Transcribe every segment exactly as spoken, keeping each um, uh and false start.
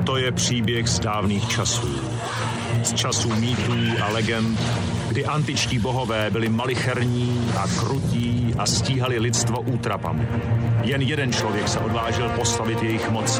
Toto je příběh z dávných časů. Z časů mýtů a legend, kdy antičtí bohové byli malicherní a krutí a stíhali lidstvo útrapami. Jen jeden člověk se odvážil postavit jejich moci.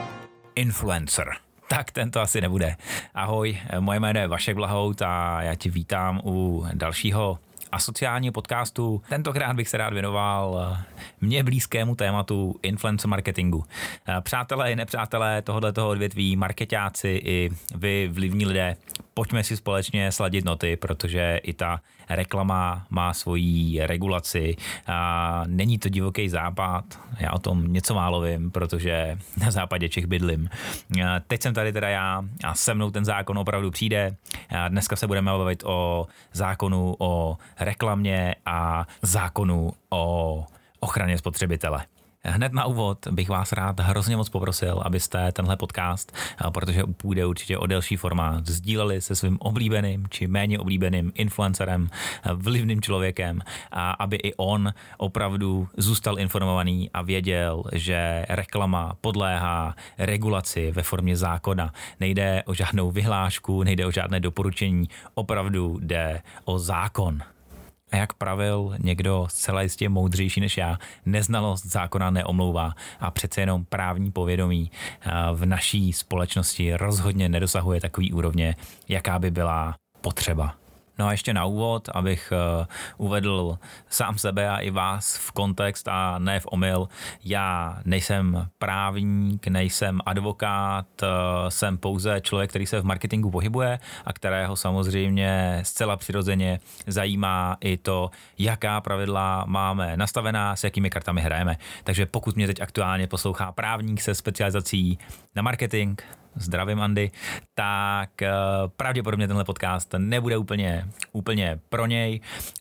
Influencer. Tak ten to asi nebude. Ahoj, moje jméno je Vašek Blahout a já ti vítám u dalšího asociálního podcastu. Tentokrát bych se rád věnoval mně blízkému tématu influencer marketingu. Přátelé i nepřátelé tohoto odvětví, marketáci i vy, vlivní lidé, pojďme si společně sladit noty, protože i ta reklama má svoji regulaci. A není to divoký západ, já o tom něco málo vím, protože na západě Čech bydlím. A teď jsem tady teda já a se mnou ten zákon opravdu přijde. A dneska se budeme bavit o zákonu o reklamě a zákonu o ochraně spotřebitele. Hned na úvod bych vás rád hrozně moc poprosil, abyste tenhle podcast, protože půjde určitě o delší formát, sdíleli se svým oblíbeným či méně oblíbeným influencerem, vlivným člověkem, a aby i on opravdu zůstal informovaný a věděl, že reklama podléhá regulaci ve formě zákona. Nejde o žádnou vyhlášku, nejde o žádné doporučení, opravdu jde o zákon. A jak pravil někdo zcela jistě moudřejší než já, neznalost zákona neomlouvá a přece jenom právní povědomí v naší společnosti rozhodně nedosahuje takový úrovně, jaká by byla potřeba. No a ještě na úvod, abych uh, uvedl sám sebe a i vás v kontext a ne v omyl. Já nejsem právník, nejsem advokát, uh, jsem pouze člověk, který se v marketingu pohybuje a kterého samozřejmě zcela přirozeně zajímá i to, jaká pravidla máme nastavená, s jakými kartami hrajeme. Takže pokud mě teď aktuálně poslouchá právník se specializací na marketing, zdravím Andy, tak uh, pravděpodobně tenhle podcast nebude úplně, úplně pro něj,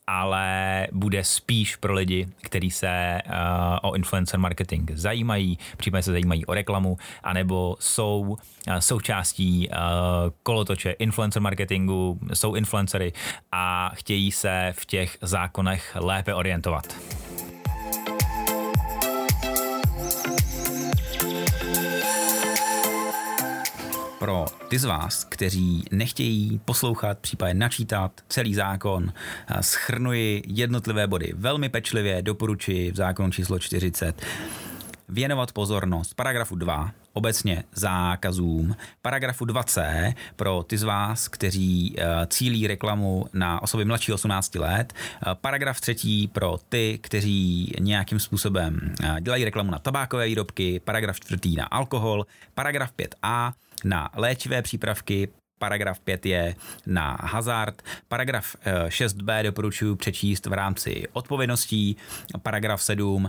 ale bude spíš pro lidi, kteří se uh, o influencer marketing zajímají, případně se zajímají o reklamu, anebo jsou uh, součástí uh, kolotoče influencer marketingu, jsou influencery a chtějí se v těch zákonech lépe orientovat. Pro ty z vás, kteří nechtějí poslouchat, případně načítat celý zákon, shrnuji jednotlivé body velmi pečlivě, doporučuji v zákonu číslo čtyřicet věnovat pozornost paragrafu dva, obecně zákazům, paragrafu dva cé pro ty z vás, kteří cílí reklamu na osoby mladší osmnácti let, paragraf třetí pro ty, kteří nějakým způsobem dělají reklamu na tabákové výrobky, paragraf čtvrtý na alkohol, paragraf pět á na léčivé přípravky, paragraf pět je na hazard, paragraf šest bé doporučuji přečíst v rámci odpovědností, paragraf sedm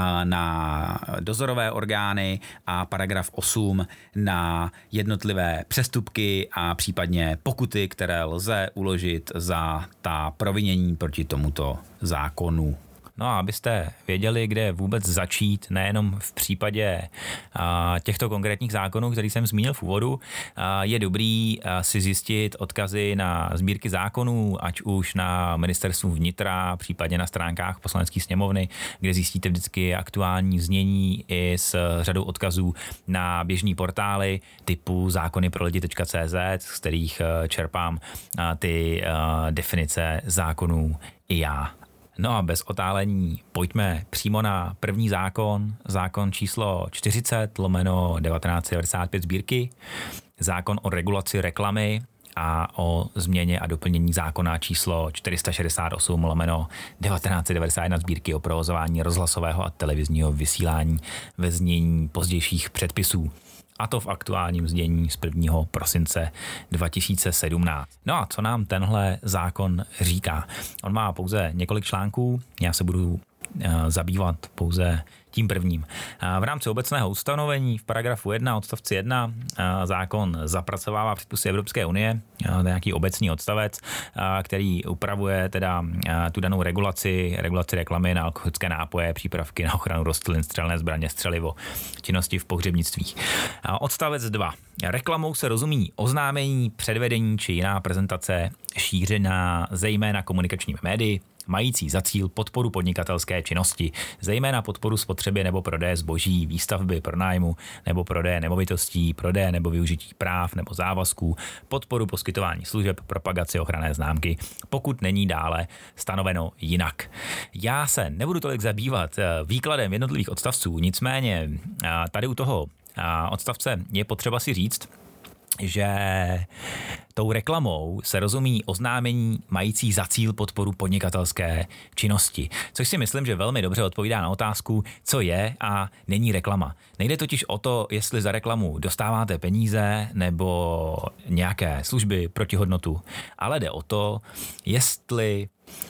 na dozorové orgány a paragraf osm na jednotlivé přestupky a případně pokuty, které lze uložit za ta provinění proti tomuto zákonu. No a abyste věděli, kde vůbec začít, nejenom v případě a, těchto konkrétních zákonů, který jsem zmínil v úvodu, a, je dobrý a, si zjistit odkazy na sbírky zákonů, ať už na ministerstvu vnitra, případně na stránkách Poslanecké sněmovny, kde zjistíte vždycky aktuální znění i s řadou odkazů na běžný portály typu zákony pro lidi tečka cé zet, z kterých a, čerpám a, ty a, definice zákonů i já. No a bez otálení pojďme přímo na první zákon, zákon číslo čtyřicet lomeno devatenáct set devadesát pět sbírky, zákon o regulaci reklamy a o změně a doplnění zákona číslo čtyři sta šedesát osm lomeno devatenáct set devadesát jedna sbírky o provozování rozhlasového a televizního vysílání ve znění pozdějších předpisů. A to v aktuálním znění z prvního prosince dva tisíce sedmnáct. No a co nám tenhle zákon říká? On má pouze několik článků, já se budu zabývat pouze tím prvním. V rámci obecného ustanovení v paragrafu jedna odstavci jedna zákon zapracovává předpisy Evropské unie, nějaký obecný odstavec, který upravuje teda tu danou regulaci, regulaci reklamy na alkoholické nápoje, přípravky na ochranu rostlin, střelné zbraně, střelivo, činnosti v pohřebnictví. Odstavec dva. Reklamou se rozumí oznámení, předvedení či jiná prezentace šířená zejména komunikačními médii, mající za cíl podporu podnikatelské činnosti, zejména podporu spotřeby nebo prodeje zboží, výstavby, pronájmu nebo prodeje nemovitostí, prodeje nebo využití práv nebo závazků, podporu poskytování služeb, propagaci ochranné známky, pokud není dále stanoveno jinak. Já se nebudu tolik zabývat výkladem jednotlivých odstavců, nicméně tady u toho odstavce je potřeba si říct, že tou reklamou se rozumí oznámení mající za cíl podporu podnikatelské činnosti, což si myslím, že velmi dobře odpovídá na otázku, co je a není reklama. Nejde totiž o to, jestli za reklamu dostáváte peníze nebo nějaké služby protihodnotu, ale jde o to, jestli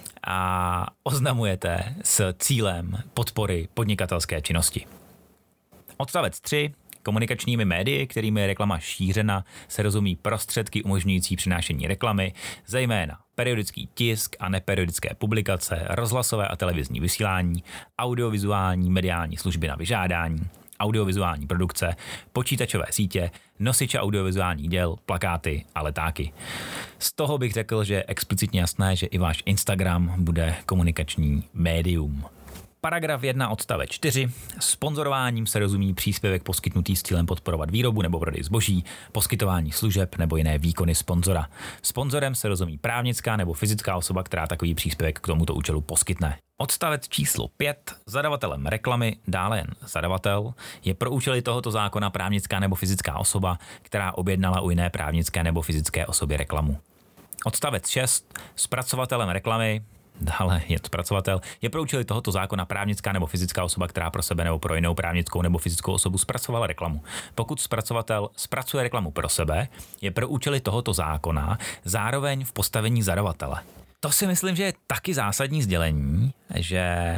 a oznamujete s cílem podpory podnikatelské činnosti. Odstavec tři. Komunikačními médii, kterými je reklama šířena, se rozumí prostředky umožňující přinášení reklamy, zejména periodický tisk a neperiodické publikace, rozhlasové a televizní vysílání, audiovizuální mediální služby na vyžádání, audiovizuální produkce, počítačové sítě, nosiče audiovizuálních děl, plakáty a letáky. Z toho bych řekl, že je explicitně jasné, že i váš Instagram bude komunikační médium. Paragraf jedna odstavec čtyři. Sponzorováním se rozumí příspěvek poskytnutý s cílem podporovat výrobu nebo prodej zboží, poskytování služeb nebo jiné výkony sponzora. Sponzorem se rozumí právnická nebo fyzická osoba, která takový příspěvek k tomuto účelu poskytne. Odstavec číslo pět. Zadavatelem reklamy, dále jen zadavatel, je pro účely tohoto zákona právnická nebo fyzická osoba, která objednala u jiné právnické nebo fyzické osobě reklamu. Odstavec šest. Zpracovatelem reklamy, dále je zpracovatel, je pro účely tohoto zákona právnická nebo fyzická osoba, která pro sebe nebo pro jinou právnickou nebo fyzickou osobu zpracovala reklamu. Pokud zpracovatel zpracuje reklamu pro sebe, je pro účely tohoto zákona zároveň v postavení zadavatele. To si myslím, že je taky zásadní sdělení, že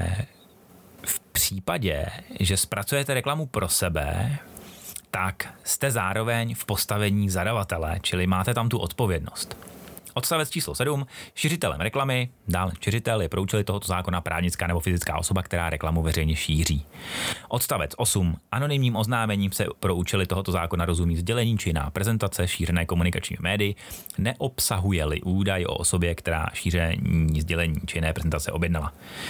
v případě, že zpracujete reklamu pro sebe, tak jste zároveň v postavení zadavatele, čili máte tam tu odpovědnost. Odstavec číslo sedm. Šiřitelem reklamy, dále šiřitel je pro účely tohoto zákona právnická nebo fyzická osoba, která reklamu veřejně šíří. Odstavec osm. Anonymním oznámením se pro účely tohoto zákona rozumí sdělení či jiná prezentace šířené komunikačními médii, neobsahuje-li údaj o osobě, která šíření sdělení či jiné prezentace objednala.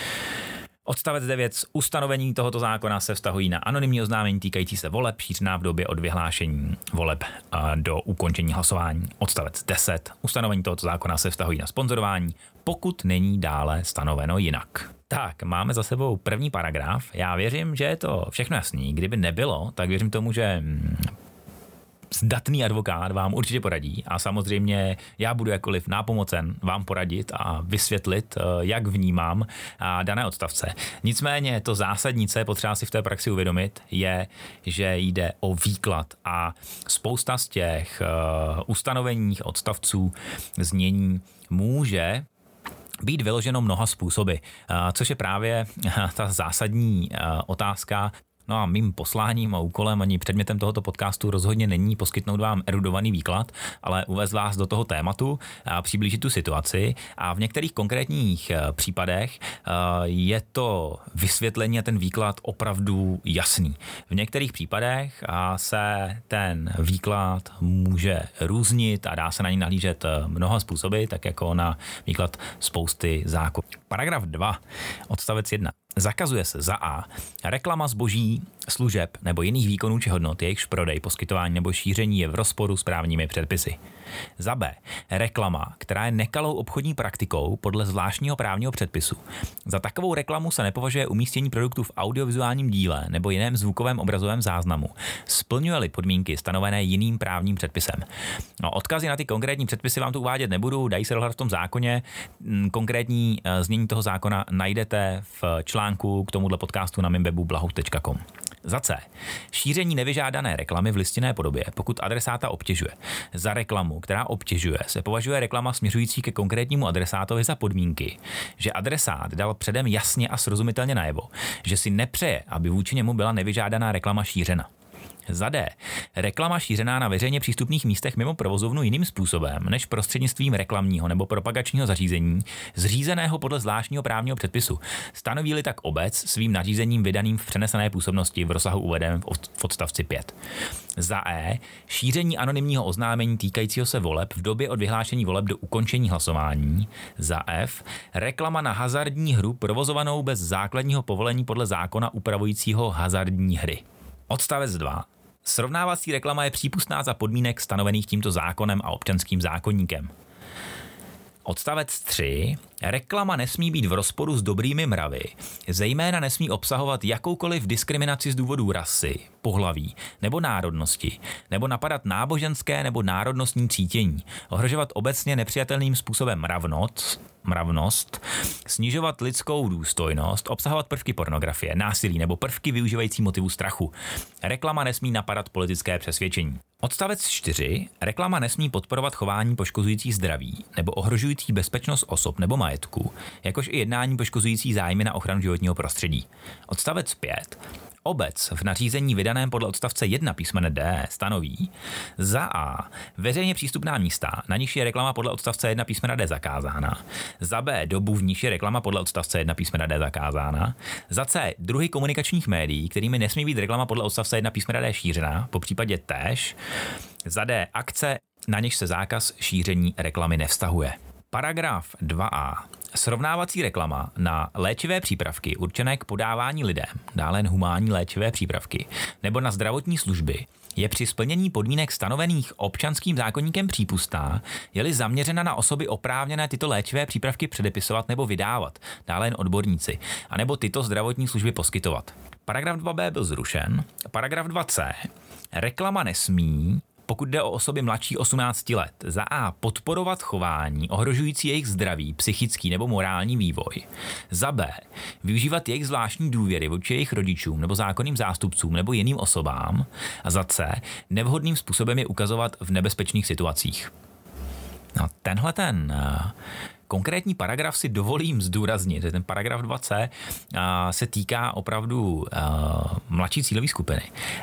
Odstavec devět. Ustanovení tohoto zákona se vztahují na anonymní oznámení týkající se voleb šířená v době od vyhlášení voleb do ukončení hlasování. Odstavec deset. Ustanovení tohoto zákona se vztahují na sponzorování, pokud není dále stanoveno jinak. Tak, máme za sebou první paragraf. Já věřím, že je to všechno jasný. Kdyby nebylo, tak věřím tomu, že zdatný advokát vám určitě poradí a samozřejmě já budu jakkoliv nápomocen vám poradit a vysvětlit, jak vnímám dané odstavce. Nicméně to zásadní, co je potřeba si v té praxi uvědomit, je, že jde o výklad a spousta z těch ustanoveních odstavců znění může být vyloženo mnoha způsoby, což je právě ta zásadní otázka. No a mým posláním a úkolem ani předmětem tohoto podcastu rozhodně není poskytnout vám erudovaný výklad, ale uvést vás do toho tématu a přiblížit tu situaci a v některých konkrétních případech je to vysvětlení a ten výklad opravdu jasný. V některých případech se ten výklad může různit a dá se na ní nahlížet mnoha způsoby, tak jako na výklad spousty zákonů. Paragraf dva, odstavec jedna. Zakazuje se za A reklama zboží, služeb nebo jiných výkonů či hodnot, jejichž prodej, poskytování nebo šíření je v rozporu s právními předpisy. Za B reklama, která je nekalou obchodní praktikou podle zvláštního právního předpisu. Za takovou reklamu se nepovažuje umístění produktů v audiovizuálním díle nebo jiném zvukovém obrazovém záznamu, splňuje-li podmínky stanovené jiným právním předpisem. No, odkazy na ty konkrétní předpisy vám tu uvádět nebudu, dají se dohledat v tom zákoně. Konkrétní znění toho zákona najdete v článku k tomuhle podcastu na mém webu blahout tečka com. Za C. Šíření nevyžádané reklamy v listinné podobě, pokud adresáta obtěžuje. Za reklamu, která obtěžuje, se považuje reklama směřující ke konkrétnímu adresátovi za podmínky, že adresát dal předem jasně a srozumitelně najevo, že si nepřeje, aby vůči němu byla nevyžádaná reklama šířena. Za D. Reklama šířená na veřejně přístupných místech mimo provozovnu jiným způsobem než prostřednictvím reklamního nebo propagačního zařízení zřízeného podle zvláštního právního předpisu. Stanoví-li tak obec svým nařízením vydaným v přenesené působnosti v rozsahu uvedeném v odstavci pět. Za E. Šíření anonymního oznámení týkajícího se voleb v době od vyhlášení voleb do ukončení hlasování. Za F. Reklama na hazardní hru provozovanou bez základního povolení podle zákona upravujícího hazardní hry. Odstavec dva. Srovnávací reklama je přípustná za podmínek stanovených tímto zákonem a občanským zákoníkem. Odstavec tři. Reklama nesmí být v rozporu s dobrými mravy, zejména nesmí obsahovat jakoukoliv diskriminaci z důvodu rasy, pohlaví nebo národnosti, nebo napadat náboženské nebo národnostní cítění, ohrožovat obecně nepřijatelným způsobem mravnost, mravnost, snižovat lidskou důstojnost, obsahovat prvky pornografie, násilí nebo prvky využívající motivu strachu. Reklama nesmí napadat politické přesvědčení. Odstavec čtyři. Reklama nesmí podporovat chování poškozující zdraví nebo ohrožující bezpečnost osob nebo majetku, jakož i jednání poškozující zájmy na ochranu životního prostředí. Odstavec pět. Obec v nařízení vydaném podle odstavce jedna písmene D stanoví za A. Veřejně přístupná místa, na nichž je reklama podle odstavce jedna písmena D zakázána. Za B. Dobu, v níž je reklama podle odstavce jedna písmena D zakázána. Za C. Druhy komunikačních médií, kterými nesmí být reklama podle odstavce jedna písmena D šířena, po případě též. Za D. Akce, na něž se zákaz šíření reklamy nevztahuje. Paragraf dva a. Srovnávací reklama na léčivé přípravky určené k podávání lidem, dále jen humánní léčivé přípravky, nebo na zdravotní služby, je při splnění podmínek stanovených občanským zákoníkem přípustná, je-li zaměřena na osoby oprávněné tyto léčivé přípravky předepisovat nebo vydávat, dále jen odborníci, anebo tyto zdravotní služby poskytovat. Paragraf dva b byl zrušen. Paragraf dva c. Reklama nesmí, pokud jde o osoby mladší osmnácti let, za A. podporovat chování ohrožující jejich zdraví, psychický nebo morální vývoj, za B. využívat jejich zvláštní důvěry vůči jejich rodičům nebo zákonným zástupcům nebo jiným osobám a za C. nevhodným způsobem je ukazovat v nebezpečných situacích. No, tenhle ten uh, konkrétní paragraf si dovolím zdůraznit, že ten paragraf dva c uh, se týká opravdu uh, mladší cílové skupiny.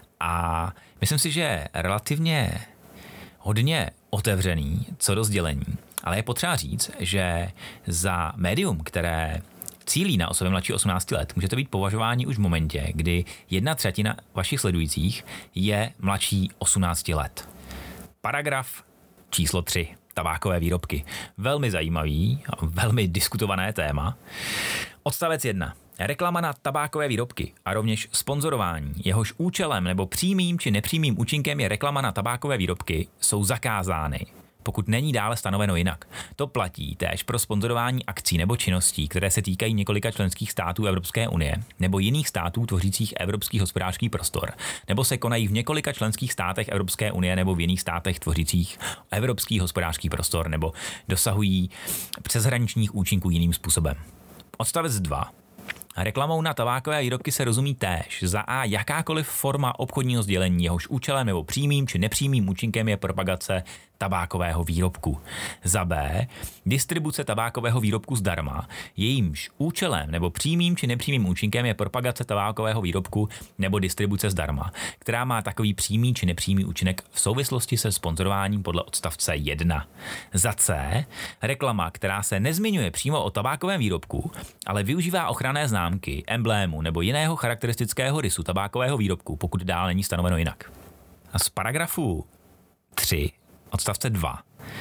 A myslím si, že je relativně hodně otevřený co do sdělení, ale je potřeba říct, že za médium, které cílí na osoby mladší osmnácti let, můžete být považováni už v momentě, kdy jedna třetina vašich sledujících je mladší osmnácti let. Paragraf číslo tři. Tabákové výrobky. Velmi zajímavý a velmi diskutované téma. Odstavec jedna. Reklama na tabákové výrobky a rovněž sponzorování, jehož účelem nebo přímým či nepřímým účinkem je reklama na tabákové výrobky, jsou zakázány, pokud není dále stanoveno jinak. To platí též pro sponzorování akcí nebo činností, které se týkají několika členských států Evropské unie nebo jiných států tvořících Evropský hospodářský prostor, nebo se konají v několika členských státech Evropské unie nebo v jiných státech tvořících Evropský hospodářský prostor nebo dosahují přeshraničních účinků jiným způsobem. Odstavec dva. Reklamou na tabákové výrobky se rozumí též za A jakákoliv forma obchodního sdělení, jehož účelem nebo přímým či nepřímým účinkem je propagace tabákového výrobku. Za B. Distribuce tabákového výrobku zdarma, jejímž účelem nebo přímým či nepřímým účinkem je propagace tabákového výrobku nebo distribuce zdarma, která má takový přímý či nepřímý účinek v souvislosti se sponzorováním podle odstavce jedna. Za C. Reklama, která se nezmiňuje přímo o tabákovém výrobku, ale využívá ochranné známky, emblému nebo jiného charakteristického rysu tabákového výrobku, pokud dál není stanoveno jinak. A z paragrafu tři odstavce dva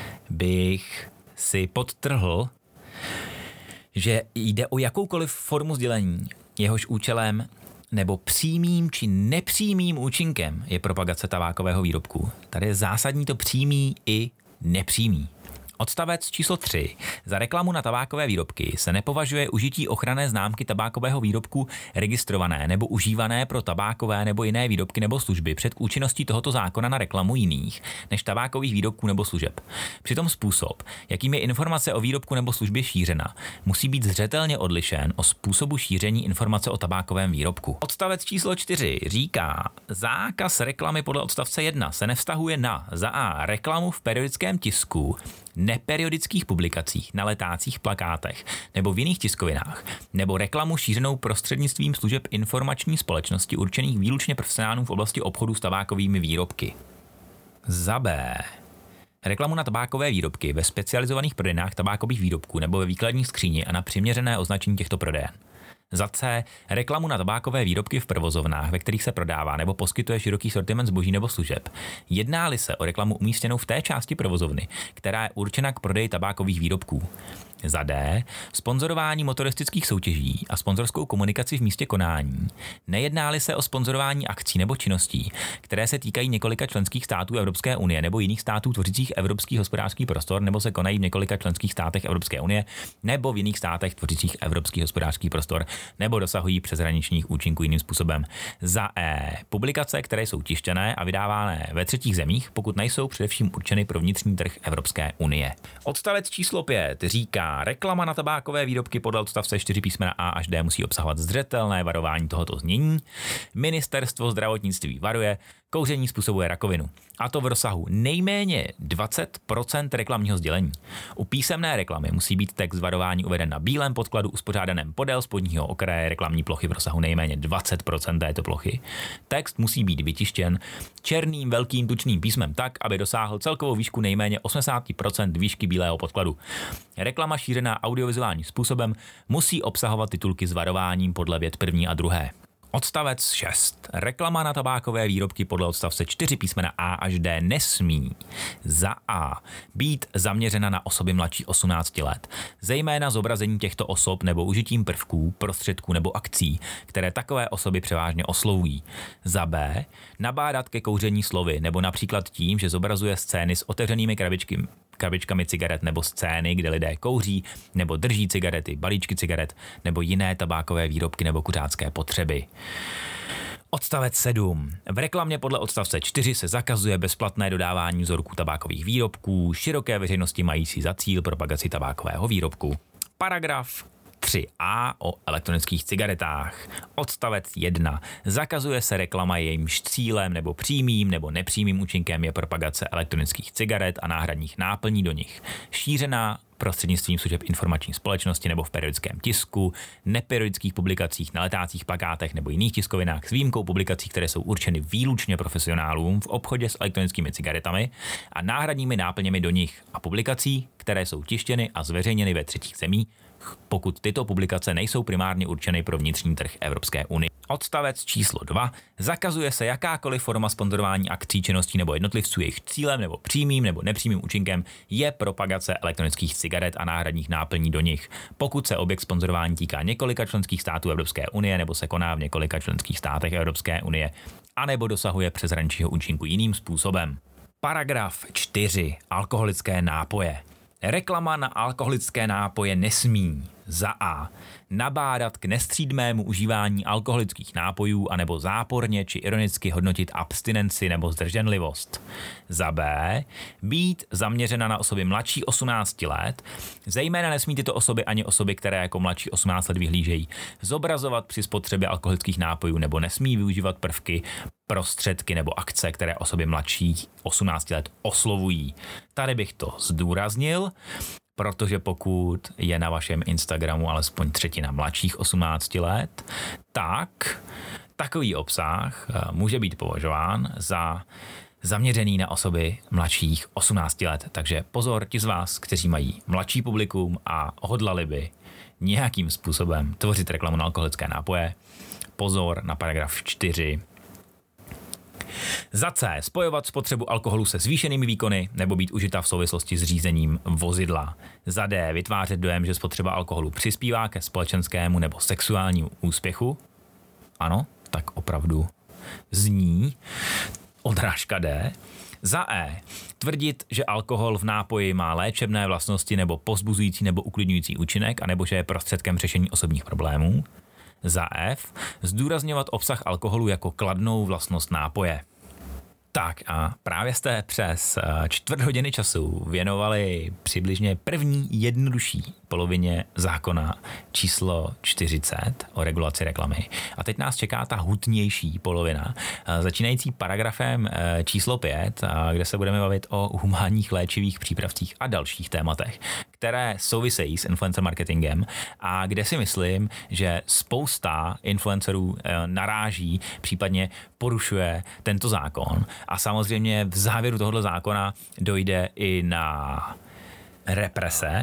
bych si podtrhl, že jde o jakoukoliv formu sdělení, jehož účelem nebo přímým či nepřímým účinkem je propagace tabákového výrobku. Tady je zásadní to přímý i nepřímý. Odstavec číslo tři. Za reklamu na tabákové výrobky se nepovažuje užití ochranné známky tabákového výrobku registrované nebo užívané pro tabákové nebo jiné výrobky nebo služby před účinností tohoto zákona na reklamu jiných než tabákových výrobků nebo služeb. Přitom způsob, jakým je informace o výrobku nebo službě šířena, musí být zřetelně odlišen od způsobu šíření informace o tabákovém výrobku. Odstavec číslo čtyři říká, zákaz reklamy podle odstavce jedna se nevztahuje na za A reklamu v periodickém tisku neperiodických publikacích, na letácích, plakátech nebo v jiných tiskovinách, nebo reklamu šířenou prostřednictvím služeb informační společnosti určených výlučně profesionálům v oblasti obchodu s tabákovými výrobky. Za B. Reklamu na tabákové výrobky ve specializovaných prodejnách tabákových výrobků nebo ve výkladní skříni a na přiměřené označení těchto prodejen. Za C. Reklamu na tabákové výrobky v provozovnách, ve kterých se prodává nebo poskytuje široký sortiment zboží nebo služeb. Jedná-li se o reklamu umístěnou v té části provozovny, která je určena k prodeji tabákových výrobků. Za D. Sponzorování motoristických soutěží a sponzorskou komunikaci v místě konání. Nejedná-li se o sponzorování akcí nebo činností, které se týkají několika členských států Evropské unie nebo jiných států tvořících Evropský hospodářský prostor, nebo se konají v několika členských státech Evropské unie nebo v jiných státech tvořících Evropský hospodářský prostor, nebo dosahují přeshraničních účinků jiným způsobem. Za E. Publikace, které jsou tištěné a vydávané ve třetích zemích, pokud nejsou především určeny pro vnitřní trh Evropské unie. Odstavec číslo pět říká: reklama na tabákové výrobky podle odstavce čtyři písmena A až D musí obsahovat zřetelné varování tohoto znění. Ministerstvo zdravotnictví varuje: kouření způsobuje rakovinu. A to v rozsahu nejméně dvacet procent reklamního sdělení. U písemné reklamy musí být text varování uveden na bílém podkladu uspořádaném podél spodního okraje reklamní plochy v rozsahu nejméně dvacet procent této plochy. Text musí být vytištěn černým velkým tučným písmem tak, aby dosáhl celkovou výšku nejméně osmdesát procent výšky bílého podkladu. Reklama šířená audiovizuálním způsobem musí obsahovat titulky s varováním podle vět první a druhé. Odstavec šest. Reklama na tabákové výrobky podle odstavce čtyři písmena A až D nesmí za A být zaměřena na osoby mladší osmnácti let, zejména zobrazení těchto osob nebo užitím prvků, prostředků nebo akcí, které takové osoby převážně oslovují. Za B nabádat ke kouření slovy nebo například tím, že zobrazuje scény s otevřenými krabičky krabičkami cigaret nebo scény, kde lidé kouří nebo drží cigarety, balíčky cigaret nebo jiné tabákové výrobky nebo kuřácké potřeby. Odstavec sedm. V reklamě podle odstavce čtyři se zakazuje bezplatné dodávání vzorků tabákových výrobků široké veřejnosti mající za cíl propagaci tabákového výrobku. Paragraf tři a o elektronických cigaretách. Odstavec jedna. Zakazuje se reklama, jejímž cílem nebo přímým nebo nepřímým účinkem je propagace elektronických cigaret a náhradních náplní do nich, šířená prostřednictvím služeb informační společnosti nebo v periodickém tisku, neperiodických publikacích, na letácích, plakátech nebo jiných tiskovinách s výjimkou publikací, které jsou určeny výlučně profesionálům v obchodě s elektronickými cigaretami a náhradními náplněmi do nich a publikací, které jsou tištěny a zveřejněny ve třetích zemích, pokud tyto publikace nejsou primárně určeny pro vnitřní trh Evropské unie. Odstavec číslo dva. Zakazuje se jakákoliv forma sponzorování akcí, činností nebo jednotlivců, jejich cílem nebo přímým nebo nepřímým účinkem je propagace elektronických cigaret a náhradních náplní do nich, pokud se objekt sponzorování týká několika členských států Evropské unie nebo se koná v několika členských státech Evropské unie, anebo dosahuje přeshraničního účinku jiným způsobem. Paragraf čtyři. Alkoholické nápoje. Reklama na alkoholické nápoje nesmí za A nabádat k nestřídmému užívání alkoholických nápojů anebo záporně či ironicky hodnotit abstinenci nebo zdrženlivost. Za B být zaměřena na osoby mladší osmnácti let, zejména nesmí tyto osoby ani osoby, které jako mladší osmnáct let vyhlížejí, zobrazovat při spotřebě alkoholických nápojů nebo nesmí využívat prvky, prostředky nebo akce, které osoby mladší osmnácti let oslovují. Tady bych to zdůraznil, protože pokud je na vašem Instagramu alespoň třetina mladších osmnácti let, tak takový obsah může být považován za zaměřený na osoby mladších osmnácti let. Takže pozor, ti z vás, kteří mají mladší publikum a hodlali by nějakým způsobem tvořit reklamu na alkoholické nápoje, pozor na paragraf čtyři. Za C. Spojovat spotřebu alkoholu se zvýšenými výkony nebo být užita v souvislosti s řízením vozidla. Za D. Vytvářet dojem, že spotřeba alkoholu přispívá ke společenskému nebo sexuálnímu úspěchu. Ano, tak opravdu zní odrážka D. Za E. Tvrdit, že alkohol v nápoji má léčebné vlastnosti nebo povzbuzující nebo uklidňující účinek, anebo že je prostředkem řešení osobních problémů. Za F. Zdůrazňovat obsah alkoholu jako kladnou vlastnost nápoje. Tak a právě jste přes čtvrt hodiny času věnovali přibližně první jednodušší polovině zákona číslo čtyřicet o regulaci reklamy. A teď nás čeká ta hutnější polovina, začínající paragrafem číslo pět, kde se budeme bavit o humánních léčivých přípravcích a dalších tématech, které souvisejí s influencer marketingem a kde si myslím, že spousta influencerů naráží, případně porušuje tento zákon. A samozřejmě v závěru tohoto zákona dojde i na represe,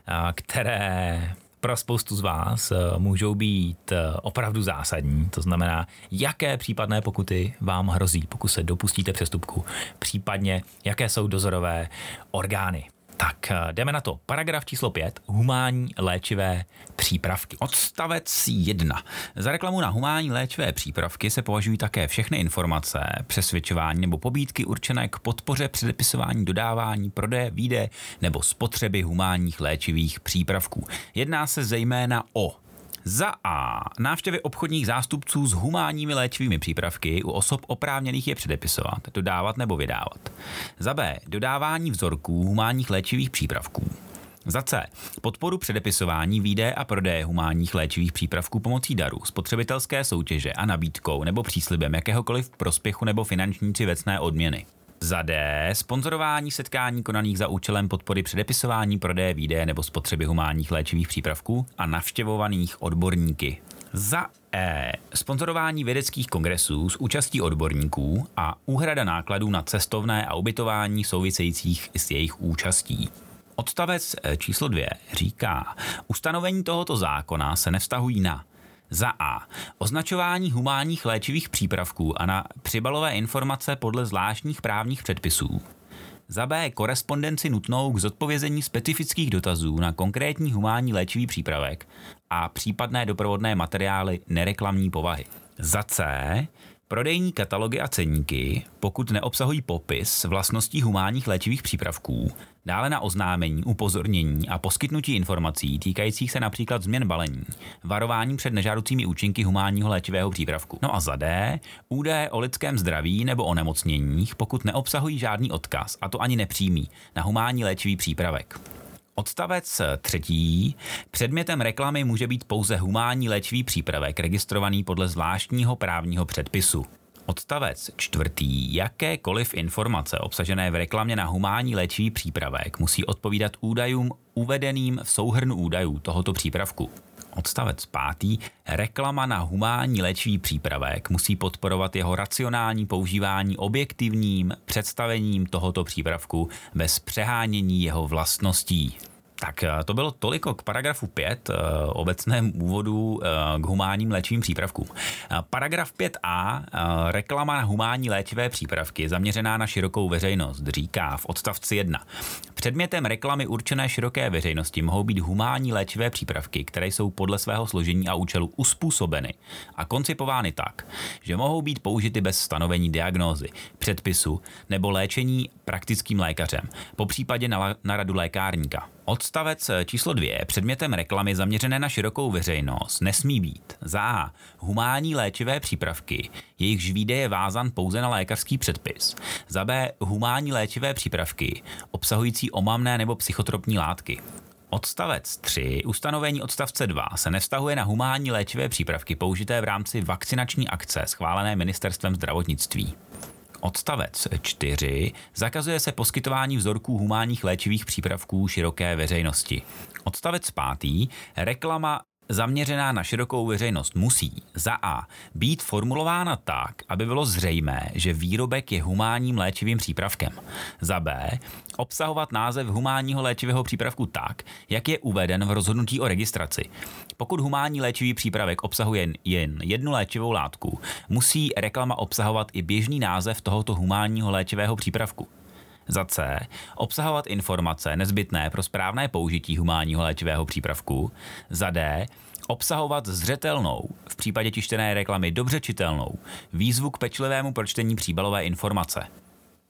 které pro spoustu z vás můžou být opravdu zásadní. To znamená, jaké případné pokuty vám hrozí, pokud se dopustíte přestupku, případně jaké jsou dozorové orgány. Tak jdeme na to. Paragraf číslo pět. Humánní léčivé přípravky. Odstavec jedna. Za reklamu na humánní léčivé přípravky se považují také všechny informace, přesvědčování nebo pobídky určené k podpoře předepisování, dodávání, prodeje, výdeje nebo spotřeby humánních léčivých přípravků. Jedná se zejména o za A. Návštěvy obchodních zástupců s humánními léčivými přípravky u osob oprávněných je předepisovat, dodávat nebo vydávat. Za B. Dodávání vzorků humánních léčivých přípravků. Za C. Podporu předepisování, výdeje a prodeje humánních léčivých přípravků pomocí darů, spotřebitelské soutěže a nabídkou nebo příslibem jakéhokoliv prospěchu nebo finanční či věcné odměny. Za D. Sponzorování setkání konaných za účelem podpory předepisování, prodeje, výdeje nebo spotřeby humánních léčivých přípravků a navštěvovaných odborníky. Za E. Sponzorování vědeckých kongresů s účastí odborníků a úhrada nákladů na cestovné a ubytování souvisejících s jejich účastí. Odstavec číslo dvě říká, ustanovení tohoto zákona se nevztahují na za A. Označování humánních léčivých přípravků a na přibalové informace podle zvláštních právních předpisů. Za B. Korespondenci nutnou k zodpovězení specifických dotazů na konkrétní humánní léčivý přípravek a případné doprovodné materiály nereklamní povahy. Za C. Prodejní katalogy a ceníky, pokud neobsahují popis vlastností humánních léčivých přípravků, dále na oznámení, upozornění a poskytnutí informací týkajících se například změn balení, varování před nežádoucími účinky humánního léčivého přípravku. No a za D. Údaje o lidském zdraví nebo onemocněních, pokud neobsahují žádný odkaz, a to ani nepřímý, na humánní léčivý přípravek. Odstavec třetí. Předmětem reklamy může být pouze humánní léčivý přípravek registrovaný podle zvláštního právního předpisu. Odstavec čtvrtý. Jakékoliv informace obsažené v reklamě na humánní léčivý přípravek musí odpovídat údajům uvedeným v souhrnu údajů tohoto přípravku. Odstavec pátý. Reklama na humánní léčivý přípravek musí podporovat jeho racionální používání objektivním představením tohoto přípravku bez přehánění jeho vlastností. Tak to bylo toliko k paragrafu pět, obecnému úvodu k humánním léčivým přípravkům. Paragraf pět a, reklama na humánní léčivé přípravky zaměřená na širokou veřejnost, říká v odstavci jedna. Předmětem reklamy určené široké veřejnosti mohou být humánní léčivé přípravky, které jsou podle svého složení a účelu uspůsobeny a koncipovány tak, že mohou být použity bez stanovení diagnózy, předpisu nebo léčení praktickým lékařem, popřípadě na, na radu lékárníka. Odstavec číslo dvě. Předmětem reklamy zaměřené na širokou veřejnost nesmí být za A. humánní léčivé přípravky, jejichž výdej je vázan pouze na lékařský předpis. Za B. humánní léčivé přípravky, obsahující omamné nebo psychotropní látky. Odstavec tři. Ustanovení odstavce dva se nevztahuje na humánní léčivé přípravky použité v rámci vakcinační akce schválené Ministerstvem zdravotnictví. Odstavec čtyři. Zakazuje se poskytování vzorků humánních léčivých přípravků široké veřejnosti. Odstavec pátý. Reklama zaměřená na širokou veřejnost musí za A. být formulována tak, aby bylo zřejmé, že výrobek je humánním léčivým přípravkem. Za B. obsahovat název humánního léčivého přípravku tak, jak je uveden v rozhodnutí o registraci. Pokud humánní léčivý přípravek obsahuje jen jednu léčivou látku, musí reklama obsahovat i běžný název tohoto humánního léčivého přípravku. Za C. obsahovat informace nezbytné pro správné použití humánního léčivého přípravku. Za D. obsahovat zřetelnou, v případě tištěné reklamy dobře čitelnou, výzvu k pečlivému pročtení příbalové informace.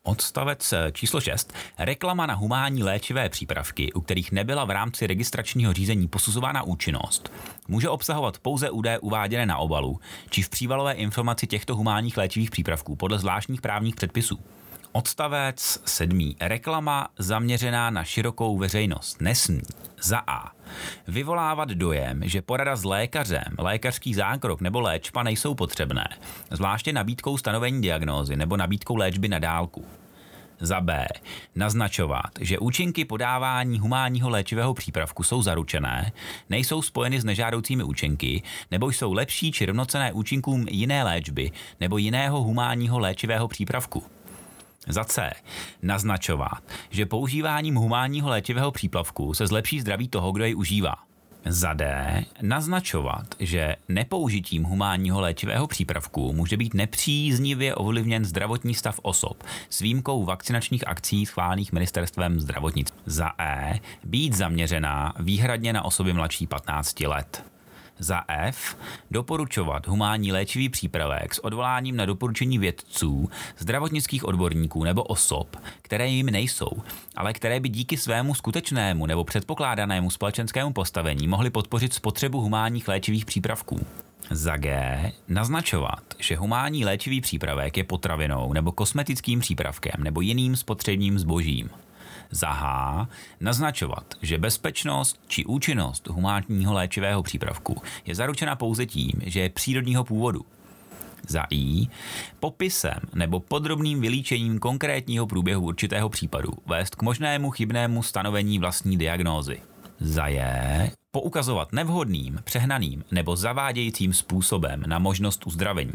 Odstavec číslo šest. Reklama na humánní léčivé přípravky, u kterých nebyla v rámci registračního řízení posuzována účinnost, může obsahovat pouze údaje uváděné na obalu či v přívalové informaci těchto humánních léčivých přípravků podle zvláštních právních předpisů. Odstavec sedmý. Reklama zaměřená na širokou veřejnost nesmí za a. vyvolávat dojem, že porada s lékařem, lékařský zákrok nebo léčba nejsou potřebné, zvláště nabídkou stanovení diagnózy nebo nabídkou léčby na dálku. Za b. naznačovat, že účinky podávání humánního léčivého přípravku jsou zaručené, nejsou spojeny s nežádoucími účinky nebo jsou lepší či rovnocenné účinkům jiné léčby nebo jiného humánního léčivého přípravku. Za c. naznačovat, že používáním humánního léčivého přípravku se zlepší zdraví toho, kdo jej užívá. Za d. naznačovat, že nepoužitím humánního léčivého přípravku může být nepříznivě ovlivněn zdravotní stav osob s výjimkou vakcinačních akcí schválených ministerstvem zdravotnictví. Za e. být zaměřená výhradně na osoby mladší patnácti let. Za F. doporučovat humánní léčivý přípravek s odvoláním na doporučení vědců, zdravotnických odborníků nebo osob, které jim nejsou, ale které by díky svému skutečnému nebo předpokládanému společenskému postavení mohly podpořit spotřebu humánních léčivých přípravků. Za G. naznačovat, že humánní léčivý přípravek je potravinou nebo kosmetickým přípravkem nebo jiným spotřebním zbožím. Za H. naznačovat, že bezpečnost či účinnost humánního léčivého přípravku je zaručena pouze tím, že je přírodního původu. Za I. popisem nebo podrobným vylíčením konkrétního průběhu určitého případu vést k možnému chybnému stanovení vlastní diagnózy. Za J. poukazovat nevhodným, přehnaným nebo zavádějícím způsobem na možnost uzdravení.